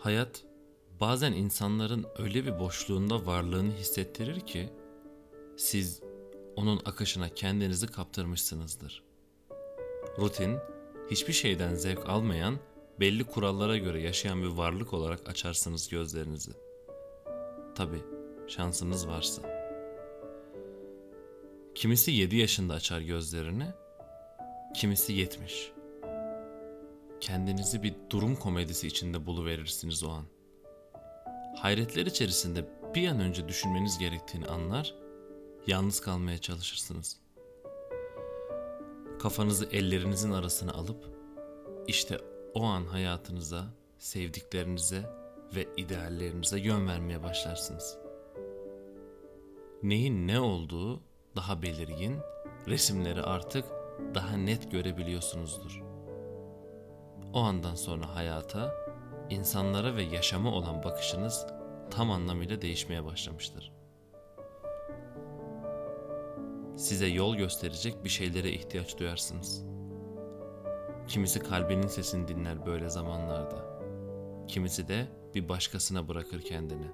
Hayat bazen insanların öyle bir boşluğunda varlığını hissettirir ki siz onun akışına kendinizi kaptırmışsınızdır. Rutin, hiçbir şeyden zevk almayan, belli kurallara göre yaşayan bir varlık olarak açarsınız gözlerinizi. Tabii, şansınız varsa. Kimisi 7 yaşında açar gözlerini, kimisi 70. Kendinizi bir durum komedisi içinde buluverirsiniz o an. Hayretler içerisinde bir an önce düşünmeniz gerektiğini anlar, yalnız kalmaya çalışırsınız. Kafanızı ellerinizin arasına alıp, işte o an hayatınıza, sevdiklerinize ve ideallerinize yön vermeye başlarsınız. Neyin ne olduğu daha belirgin, resimleri artık daha net görebiliyorsunuzdur. O andan sonra hayata, insanlara ve yaşama olan bakışınız tam anlamıyla değişmeye başlamıştır. Size yol gösterecek bir şeylere ihtiyaç duyarsınız. Kimisi kalbinin sesini dinler böyle zamanlarda. Kimisi de bir başkasına bırakır kendini.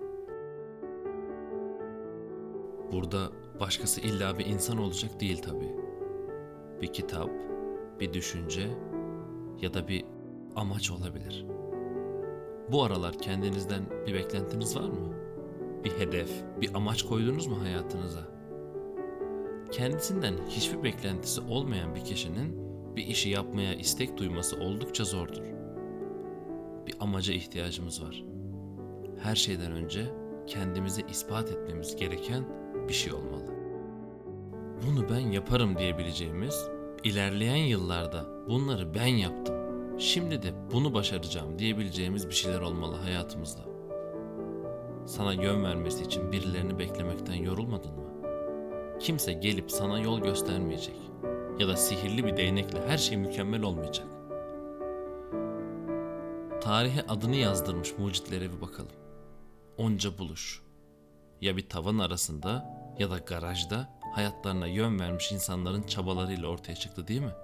Burada başkası illa bir insan olacak değil tabii. Bir kitap, bir düşünce ya da bir amaç olabilir. Bu aralar kendinizden bir beklentiniz var mı? Bir hedef, bir amaç koydunuz mu hayatınıza? Kendisinden hiçbir beklentisi olmayan bir kişinin bir işi yapmaya istek duyması oldukça zordur. Bir amaca ihtiyacımız var. Her şeyden önce kendimize ispat etmemiz gereken bir şey olmalı. Bunu ben yaparım diyebileceğimiz, ilerleyen yıllarda bunları ben yaptım, şimdi de bunu başaracağım diyebileceğimiz bir şeyler olmalı hayatımızda. Sana yön vermesi için birilerini beklemekten yorulmadın mı? Kimse gelip sana yol göstermeyecek ya da sihirli bir değnekle her şey mükemmel olmayacak. Tarihe adını yazdırmış mucitlere bir bakalım. Onca buluş. Ya bir tavan arasında ya da garajda hayatlarına yön vermiş insanların çabalarıyla ortaya çıktı değil mi?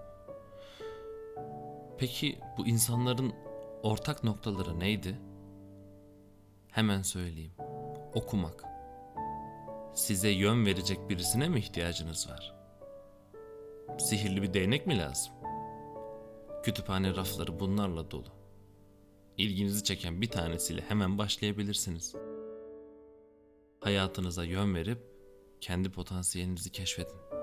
Peki bu insanların ortak noktaları neydi? Hemen söyleyeyim. Okumak. Size yön verecek birisine mi ihtiyacınız var? Sihirli bir değnek mi lazım? Kütüphane rafları bunlarla dolu. İlginizi çeken bir tanesiyle hemen başlayabilirsiniz. Hayatınıza yön verip kendi potansiyelinizi keşfedin.